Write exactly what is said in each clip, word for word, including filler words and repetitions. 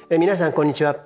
え皆さんこんにちは。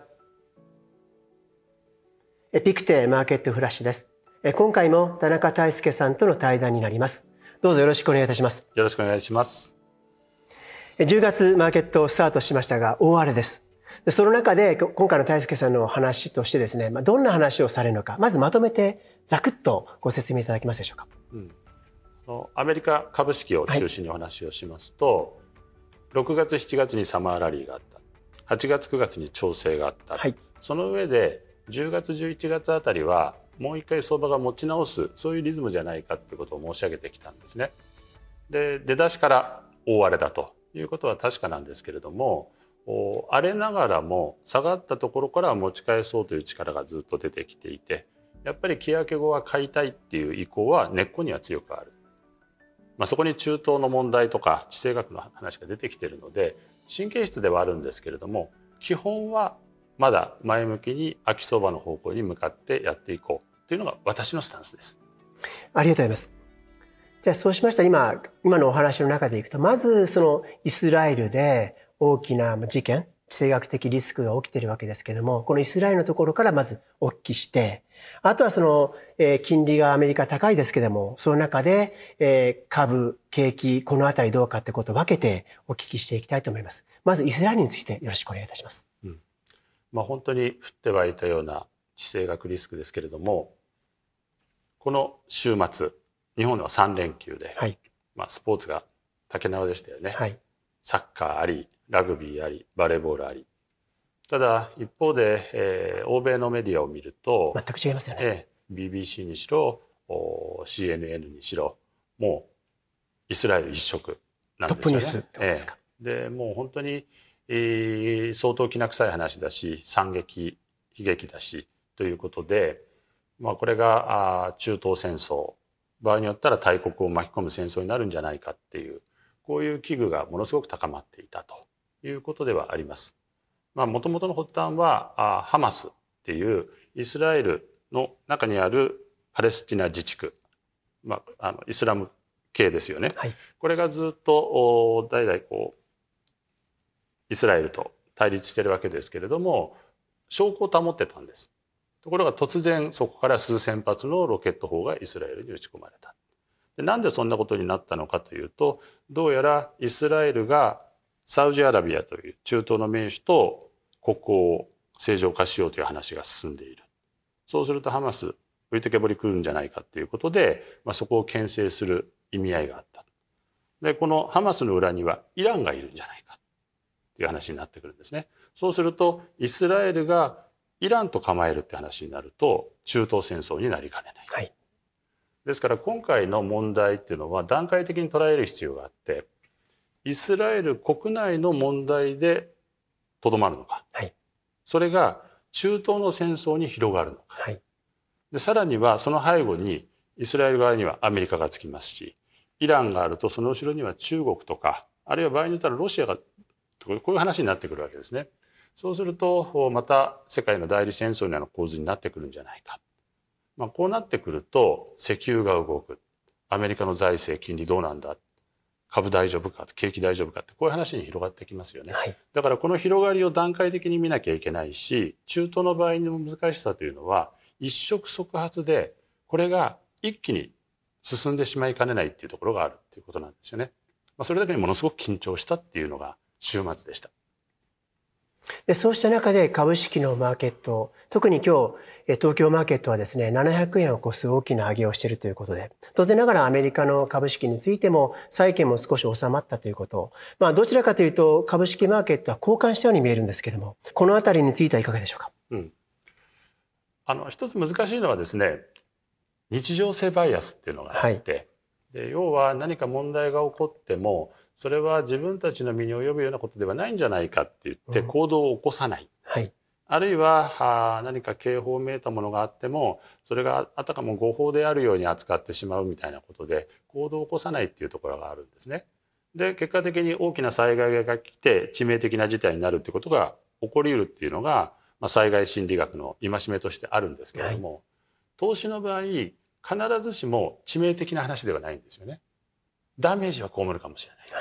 エピクテマーケットフラッシュです。え今回も田中泰介さんとの対談になります。どうぞよろしくお願いいたします。 よろしくお願いします。 えじゅうがつマーケットをスタートしましたが大荒れです。でその中で今回の泰介さんの話としてですね、まあ、どんな話をされるのか、まずまとめてざくっとご説明いただけますでしょうか。 うん、アメリカ株式を中心にお話をしますと、はい、ろくがつしちがつにサマーラリーがあった、はちがつくがつに調整があった、はい、その上でじゅうがつじゅういちがつあたりはもう一回相場が持ち直す、そういうリズムじゃないかということを申し上げてきたんですね。で出だしから大荒れだということは確かなんですけれども、荒れながらも下がったところから持ち返そうという力がずっと出てきていて、やっぱり季明け後は買いたいっていう意向は根っこには強くある。まあ、そこに中東の問題とか地政学の話が出てきているので神経質ではあるんですけれども、基本はまだ前向きに秋相場の方向に向かってやっていこうというのが私のスタンスです。 ありがとうございます。じゃあそうしましたら 今, 今のお話の中でいくと、まずそのイスラエルで大きな事件、地政学的リスクが起きているわけですけれども、このイスラエルのところからまずお聞きして、あとはその、えー、金利がアメリカ高いですけれども、その中で、えー、株、景気、このあたりどうかってことを分けてお聞きしていきたいと思います。まずイスラエルについてよろしくお願いいたします。 うんまあ、本当に降って湧いたような地政学リスクですけれども、この週末日本ではさんれんきゅうで、はいまあ、スポーツが竹縄でしたよね、はい、サッカーあり、ラグビーあり、バレーボールあり。ただ一方で、えー、欧米のメディアを見ると全く違いますよね、 えー、ビービーシー にしろ シーエヌエヌ にしろもうイスラエル一色なんですよね。 トップニュースってことですか。 えー、でもう本当に、えー、相当きな臭い話だし、惨劇悲劇だしということで、まあ、これがあ中東戦争、場合によったら大国を巻き込む戦争になるんじゃないかっていう、こういう危惧がものすごく高まっていたということではあります。まあ、元々の発端はあハマスっていうイスラエルの中にあるパレスチナ自治区、まあ、あのイスラム系ですよね、はい、これがずっと代々こうイスラエルと対立しているわけですけれども、証拠を保ってたんです。ところが突然そこから数千発のロケット砲がイスラエルに撃ち込まれた。でなんでそんなことになったのかというと、どうやらイスラエルがサウジアラビアという中東の盟主と国交を正常化しようという話が進んでいる。そうするとハマス置いてけぼり来るんじゃないかということで、まあ、そこを牽制する意味合いがあった。でこのハマスの裏にはイランがいるんじゃないかという話になってくるんですね。そうするとイスラエルがイランと構えるって話になると中東戦争になりかねない。はい、ですから今回の問題っていうのは段階的に捉える必要があって、イスラエル国内の問題でとどまるのか、はい、それが中東の戦争に広がるのか、はい、でさらにはその背後にイスラエル側にはアメリカがつきますし、イランがあるとその後ろには中国とか、あるいは場合によったらロシアが、こういう話になってくるわけですね。そうするとまた世界の代理戦争のような構図になってくるんじゃないか。まあ、こうなってくると石油が動く、アメリカの財政金利どうなんだ、株大丈夫か、景気大丈夫かって、こういう話に広がってきますよね、はい、だからこの広がりを段階的に見なきゃいけないし、中東の場合の難しさというのは一触即発でこれが一気に進んでしまいかねないっていうところがあるっていうことなんですよね。まあ、それだけにものすごく緊張したっていうのが週末でした。 でそうした中で株式のマーケット、特に今日東京マーケットはですねななひゃくえんを超す大きな上げをしているということで、当然ながらアメリカの株式についても債券も少し収まったということ、まあどちらかというと株式マーケットは交換したように見えるんですけれども、このあたりについてはいかがでしょうか。 うん、あの一つ難しいのはですね、日常性バイアスっていうのがあって、はい、で要は何か問題が起こってもそれは自分たちの身に及ぶようなことではないんじゃないかって言って行動を起こさない、うんはい、あるいは何か警報をめいたものがあってもそれがあたかも誤報であるように扱ってしまうみたいなことで行動を起こさないっていうところがあるんですね。で結果的に大きな災害が来て致命的な事態になるっていうことが起こりうるっていうのが、まあ、災害心理学の戒めとしてあるんですけれども、はい、投資の場合必ずしも致命的な話ではないんですよね。ダメージは被るかもしれない、はい、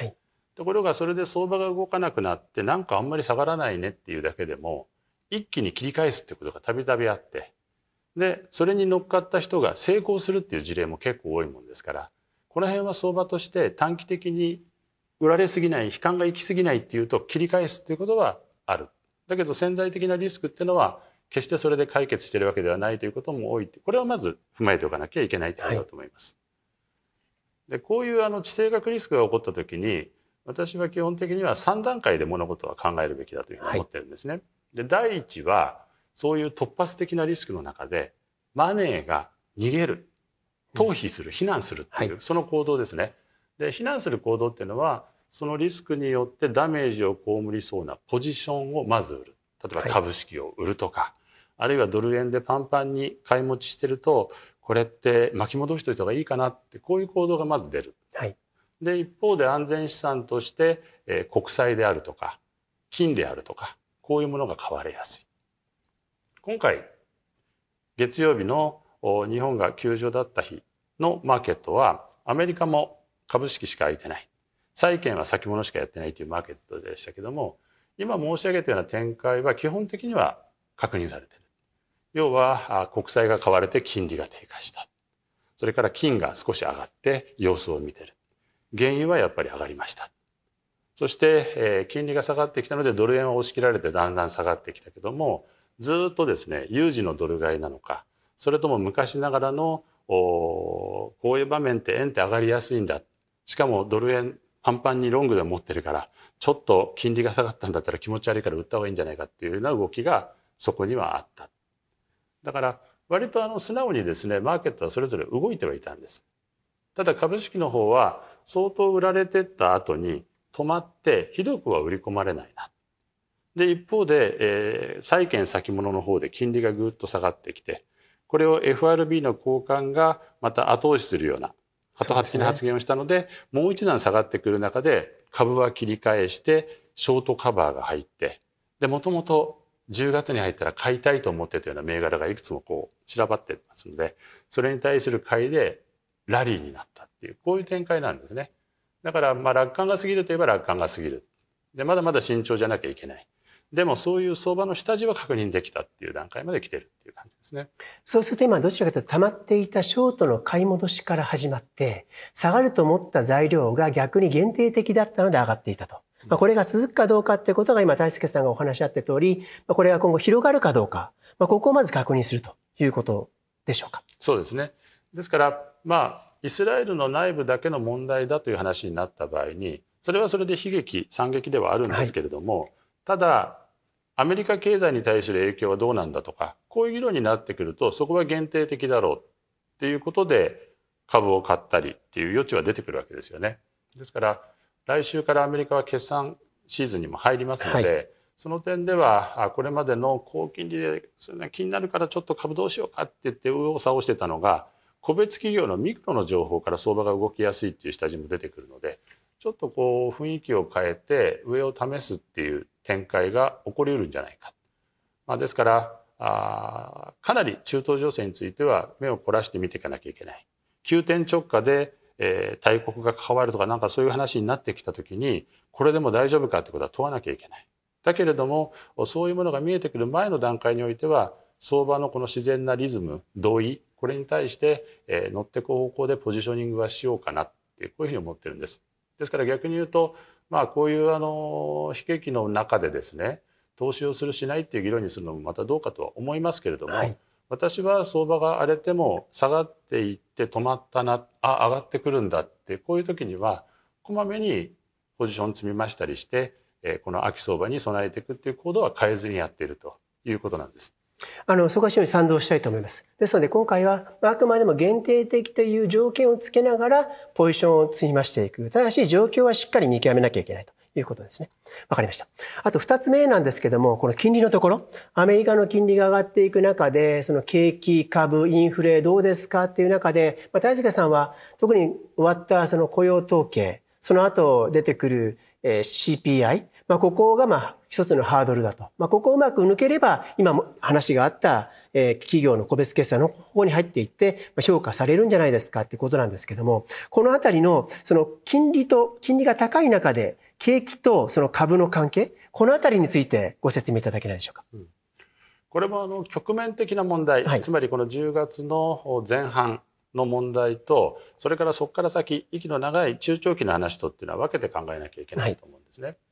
ところがそれで相場が動かなくなってなんかあんまり下がらないねっていうだけでも一気に切り返すってことがたびたびあって、でそれに乗っかった人が成功するっていう事例も結構多いもんですから、この辺は相場として短期的に売られすぎない、悲観が行き過ぎないっていうと切り返すっていうことはある。だけど潜在的なリスクっていうのは決してそれで解決しているわけではないということも多い。これはまず踏まえておかなきゃいけないということだと思います。はい、でこういうあの地政学リスクが起こった時に、私は基本的にはさん段階で物事は考えるべきだというふうに思ってるんですね。はい、で第一はそういう突発的なリスクの中でマネーが逃げる、逃避する、避難するっていう、はい、その行動ですね。で避難する行動っていうのはそのリスクによってダメージを被りそうなポジションをまず売る。例えば株式を売るとか、はい、あるいはドル円でパンパンに買い持ちしてると、これって巻き戻しといた方がいいかなって、こういう行動がまず出る。はい、で一方で安全資産として、えー、国債であるとか金であるとか、こういうものが買われやすい。今回月曜日の日本が休場だった日のマーケットはアメリカも株式しか空いてない、債券は先物しかやってないというマーケットでしたけども、今申し上げたような展開は基本的には確認されている。要は国債が買われて金利が低下した、それから金が少し上がって様子を見ている、原油はやっぱり上がりました、そして、えー、金利が下がってきたのでドル円は押し切られてだんだん下がってきたけども、ずっとですね有事のドル買いなのか、それとも昔ながらのこういう場面って円って上がりやすいんだ、しかもドル円パンパンにロングで持ってるからちょっと金利が下がったんだったら気持ち悪いから売った方がいいんじゃないかっていうような動きがそこにはあった。だから割とあの素直にですねマーケットはそれぞれ動いてはいたんです。ただ株式の方は相当売られてった後に止まってひどくは売り込まれないな。で一方で、えー、債券先物の方で金利がぐっと下がってきて、これを エフアールビー の高官がまた後押しするようなハト派的な発言をしたので、もう一段下がってくる中で株は切り返してショートカバーが入って、でもともとじゅうがつに入ったら買いたいと思ってたような銘柄がいくつもこう散らばってますので、それに対する買いでラリーになったっていう、こういう展開なんですね。だからまあ楽観が過ぎるといえば楽観が過ぎる。でまだまだ慎重じゃなきゃいけない。でもそういう相場の下地は確認できたっていう段階まで来てるっていう感じですね。 そうすると今どちらかというと溜まっていたショートの買い戻しから始まって、下がると思った材料が逆に限定的だったので上がっていたと。まあ、これが続くかどうかってことが今大輔さんがお話しあった通り、まあ、これが今後広がるかどうか、まあ、ここをまず確認するということでしょうか。 そうですね。ですからまあイスラエルの内部だけの問題だという話になった場合に、それはそれで悲劇惨劇ではあるんですけれども、はい、ただアメリカ経済に対する影響はどうなんだとか、こういう議論になってくるとそこは限定的だろうっていうことで株を買ったりっていう余地は出てくるわけですよね。ですから来週からアメリカは決算シーズンにも入りますので、はい、その点ではこれまでの高金利で気になるからちょっと株どうしようかって言って右往左往してたのが、個別企業のミクロの情報から相場が動きやすいっていう下地も出てくるので、ちょっとこう雰囲気を変えて上を試すっていう展開が起こりうるんじゃないか。まあ、ですからあかなり中東情勢については目を凝らして見ていかなきゃいけない。急転直下で、えー、大国が関わるとかなんかそういう話になってきた時にこれでも大丈夫かってことは問わなきゃいけない。だけれどもそういうものが見えてくる前の段階においては相場のこの自然なリズム、同意、これに対して、えー、乗っていく方向でポジショニングはしようかなってこういうふうに思ってるんです。ですから逆に言うと、まあ、こういうあの悲劇の中でですね投資をするしないっていう議論にするのもまたどうかとは思いますけれども、はい、私は相場が荒れても下がっていって止まったな、あ上がってくるんだってこういう時にはこまめにポジション積み増したりして、えー、この秋相場に備えていくっていう行動は変えずにやっているということなんです。 あの、そこは非常に賛同したいと思います。ですので今回はあくまでも限定的という条件をつけながらポジションを積み増していく。ただし状況はしっかり見極めなきゃいけないということですね。わかりました。あと二つ目なんですけども、この金利のところ、アメリカの金利が上がっていく中で、その景気、株、インフレどうですかっていう中で、まあ、大輔さんは特に終わったその雇用統計、その後出てくる シーピーアイ、まあ、ここがまあ一つのハードルだと。まあ、ここをうまく抜ければ、今も話があった、えー、企業の個別決算の方向に入っていって、評価されるんじゃないですかってことなんですけども、このあたりの、その金利と、金利が高い中で、 景気とその株の関係、このあたりについてご説明いただけないでしょうか。 うん、これもあの局面的な問題、はい、つまりこのじゅうがつの前半の問題と、それからそこから先、息の長い中長期の話とっていうのは分けて考えなきゃいけないと思うんですね。はい、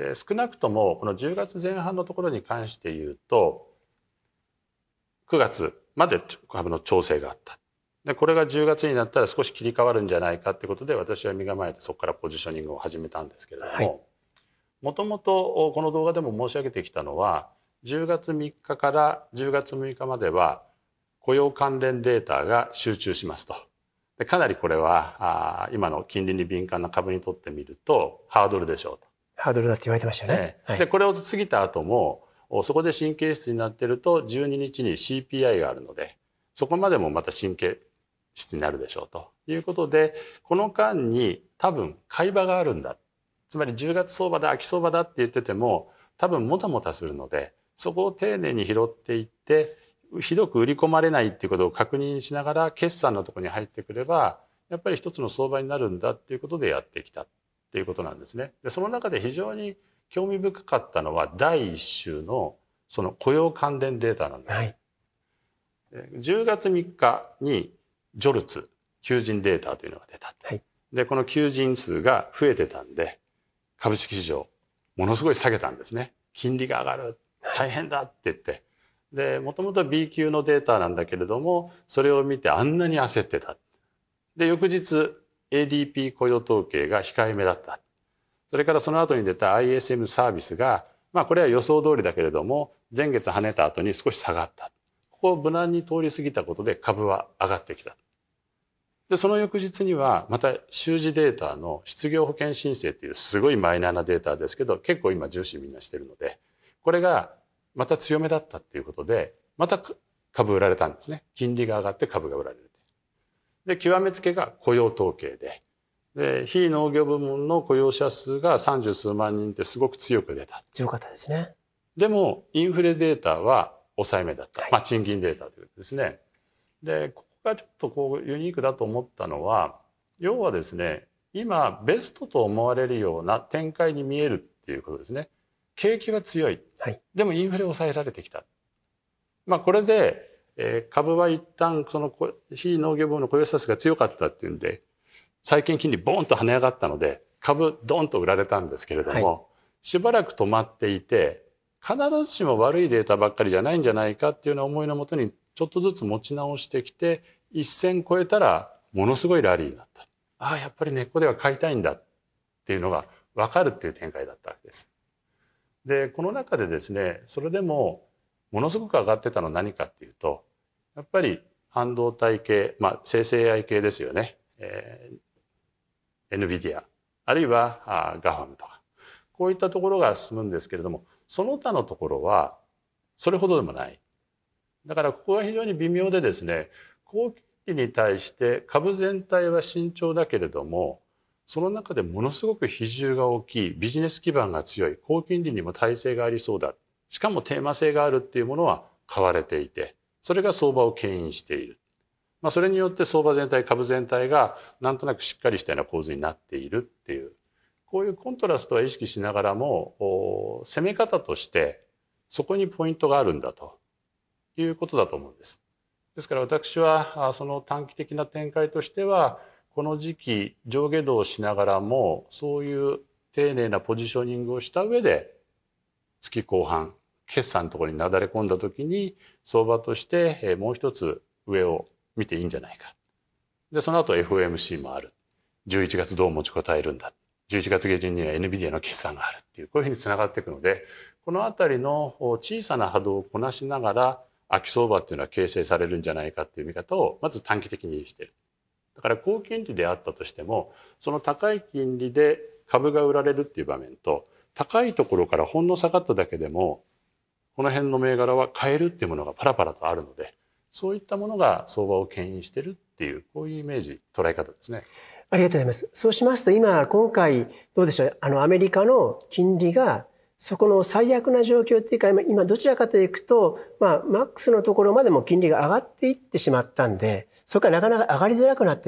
で少なくともこのじゅうがつぜん半のところに関して言うと、くがつまで株の調整があった。でこれがじゅうがつになったら少し切り替わるんじゃないかってことで、私は身構えてそこからポジショニングを始めたんですけれども、もともとこの動画でも申し上げてきたのは、じゅうがつみっかからじゅうがつむいかまでは雇用関連データが集中しますと。でかなりこれはあ今の金利に敏感な株にとってみるとハードルでしょうと。 ハードルだって言われてましたよね。 ね、はい、でこれを過ぎた後もそこで神経質になってるとじゅうににちに シーピーアイ があるので、そこまでもまた神経質になるでしょうということで、この間に多分買い場があるんだ、つまりじゅうがつ相場だ秋相場だって言ってても多分もたもたするので、そこを丁寧に拾っていってひどく売り込まれないっていうことを確認しながら決算のところに入ってくれば、やっぱり一つの相場になるんだっていうことでやってきたっていうことなんですね。でその中で非常に興味深かったのはだいいっ週のその雇用関連データなんです。はい、じゅうがつみっかにジョルツ求人データというのが出た。はい、でこの求人数が増えてたんで株式市場ものすごい下げたんですね。金利が上がる、大変だって言って。でもともと ビー 級のデータなんだけれども、それを見てあんなに焦ってた。で翌日 エーディーピー 雇用統計が控えめだった。それからその後に出た アイエスエム サービスが、まあこれは予想通りだけれども前月跳ねた後に少し下がった。ここを無難に通り過ぎたことで株は上がってきた。でその翌日にはまた習字データの失業保険申請っていうすごいマイナーなデータですけど、結構今重視みんなしてるので、これがまた強めだったっていうことでまた株売られたんですね。金利が上がって株が売られる。で極めつけが雇用統計で、で非農業部門の雇用者数が三十数万人ってすごく強く出た。 強かったですね。 でもインフレデータは抑えめだった。はい、まあ賃金データということですね。でここがちょっとこうユニークだと思ったのは、要はですね、今ベストと思われるような展開に見えるっていうことですね。景気は強い。はい、でもインフレを抑えられてきた。まあこれで、えー、株は一旦その非農業部門の雇用者数が強かったっていうんで、債券金利ボーンと跳ね上がったので株ドンと売られたんですけれども、はい、しばらく止まっていて、必ずしも悪いデータばっかりじゃないんじゃないかっていうような思いのもとにちょっとずつ持ち直してきて、一線超えたらものすごいラリーになった。ああやっぱり根っこでは買いたいんだっていうのが分かるっていう展開だったわけです。でこの中でですね、それでもものすごく上がってたのは何かっていうと、やっぱり半導体系、まあ生成 エーアイ 系ですよね。えー、エヌビディア あるいはあ ガファム とか、こういったところが進むんですけれども、その他のところはそれほどでもない。だからここは非常に微妙でですね、高金利に対して株全体は慎重だけれども、その中でものすごく比重が大きい、ビジネス基盤が強い、高金利にも耐性がありそうだ、しかもテーマ性があるっていうものは買われていて、それが相場を牽引している。まあ、それによって相場全体、株全体がなんとなくしっかりしたような構図になっているっていう、こういうコントラストは意識しながらも、攻め方としてそこにポイントがあるんだということだと思うんです。ですから私はその短期的な展開としては、この時期上下動しながらもそういう丁寧なポジショニングをした上で、月後半決算のところになだれ込んだ時に相場としてもう一つ上を見ていいんじゃないか。でその後 エフオーエムシー もある。じゅういちがつどう持ちこたえるんだ。じゅういちがつ下旬には エヌビディア の決算があるっていう、こういうふうにつながっていくので、このあたりの小さな波動をこなしながら秋相場っていうのは形成されるんじゃないかっていう見方をまず短期的にしている。だから高金利であったとしても、その高い金利で株が売られるっていう場面と、高いところからほんの下がっただけでもこの辺の銘柄は買えるっていうものがパラパラとあるので、そういったものが相場を牽引しているっていう、こういうイメージ、捉え方ですね。 ありがとうございます。そうしますと今今回どうでしょう、あのアメリカの金利がそこの最悪な状況っていうか、今どちらかというと、まあマックスのところまでも金利が上がっていってしまったんで、そこからなかなか上がりづらくなってるっ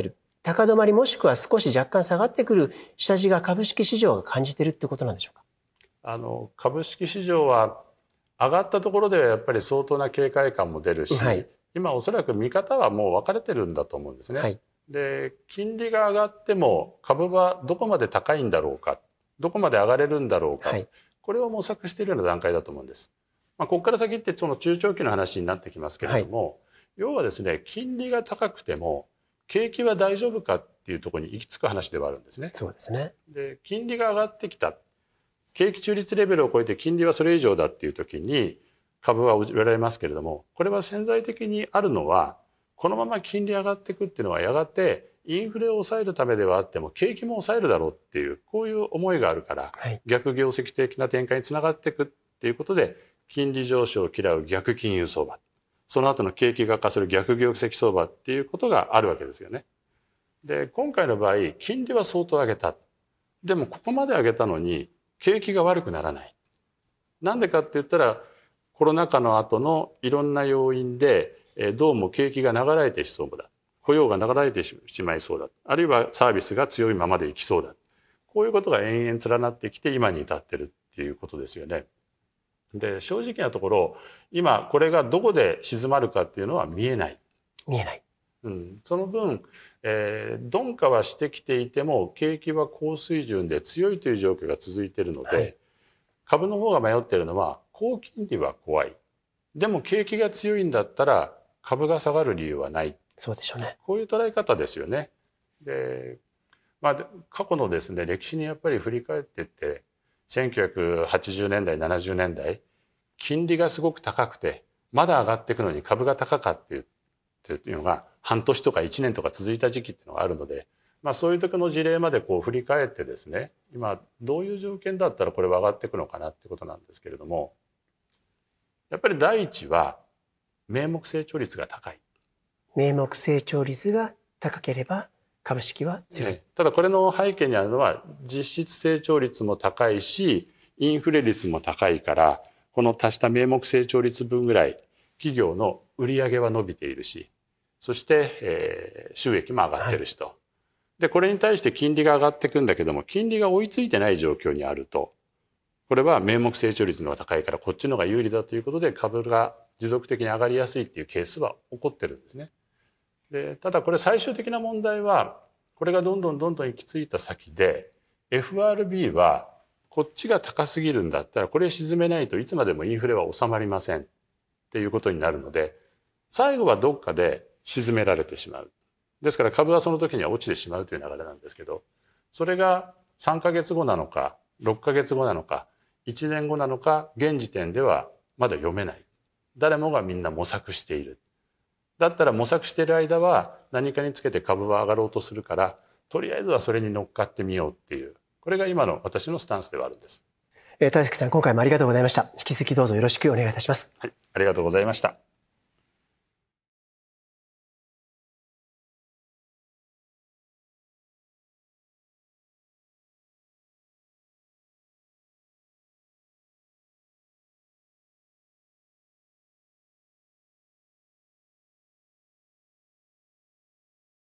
高止まりもしくは少し若干下がってくる下地が株式市場が感じているってことなんでしょうか。 あの株式市場は上がったところではやっぱり相当な警戒感も出るし、はい、今おそらく見方はもう分かれてるんだと思うんですね。はい、で金利が上がっても株はどこまで高いんだろうか、どこまで上がれるんだろうか、はい、これを模索しているような段階だと思うんです。まあ、ここから先ってその中長期の話になってきますけれども、はい、要はですね、金利が高くても景気は大丈夫かっていうところに行き着く話ではあるんですね。 そうですね。 で金利が上がってきた、景気中立レベルを超えて金利はそれ以上だっていう時に株は売られますけれども、これは潜在的にあるのは、このまま金利上がっていくっていうのはやがてインフレを抑えるためではあっても景気も抑えるだろうっていう、こういう思いがあるから、はい、逆業績的な展開につながっていくっていうことで、金利上昇を嫌う逆金融相場、その後の景気が悪化する逆業績相場っていうことがあるわけですよね。で今回の場合金利は相当上げた。でもここまで上げたのに景気が悪くならない。なんでかって言ったら、コロナ禍の後のいろんな要因でどうも景気が流れてしそうだ、雇用が流れてしまいそうだ、あるいはサービスが強いままでいきそうだ、こういうことが延々連なってきて今に至ってるっていうことですよね。で正直なところ今これがどこで静まるかっていうのは見えない見えない、 うん、その分、えー、鈍化はしてきていても景気は高水準で強いという状況が続いているので、はい、株の方が迷っているのは高金利は怖い、でも景気が強いんだったら株が下がる理由はない、 そうでしょうね。 こういう捉え方ですよね。で、まあ、過去のですね歴史にやっぱり振り返っていってせんきゅうひゃくはちじゅうねんだいななじゅうねんだい金利がすごく高くてまだ上がっていくのに株が高かっていうっていうのが半年とかいちねんとか続いた時期っていうのがあるので、まあ、そういう時の事例までこう振り返ってですね、今どういう条件だったらこれは上がっていくのかなってことなんですけれども、やっぱり第一は名目成長率が高い。 名目成長率が高ければ株式は強い、ね、 ただこれの背景にあるのは実質成長率も高いしインフレ率も高いから、この足した名目成長率分ぐらい企業の売上は伸びているし、そして、えー、収益も上がってるしと、はい、でこれに対して金利が上がっていくんだけども金利が追いついてない状況にあると、これは名目成長率の方が高いからこっちの方が有利だということで株が持続的に上がりやすいっていうケースは起こってるんですね。でただこれ最終的な問題はこれがどんどんどんどん行き着いた先で エフアールビー はこっちが高すぎるんだったらこれ沈めないといつまでもインフレは収まりませんっていうことになるので、最後はどっかで沈められてしまう。ですから株はその時には落ちてしまうという流れなんですけど、それがさんかげつごなのかろっかげつごなのかいちねんごなのか現時点ではまだ読めない。誰もがみんな模索している。だったら模索している間は何かにつけて株は上がろうとするから、とりあえずはそれに乗っかってみようっていう、これが今の私のスタンスではあるんです。 えー、田崎さん、今回もありがとうございました。引き続きどうぞよろしくお願いいたします。 はい、ありがとうございました。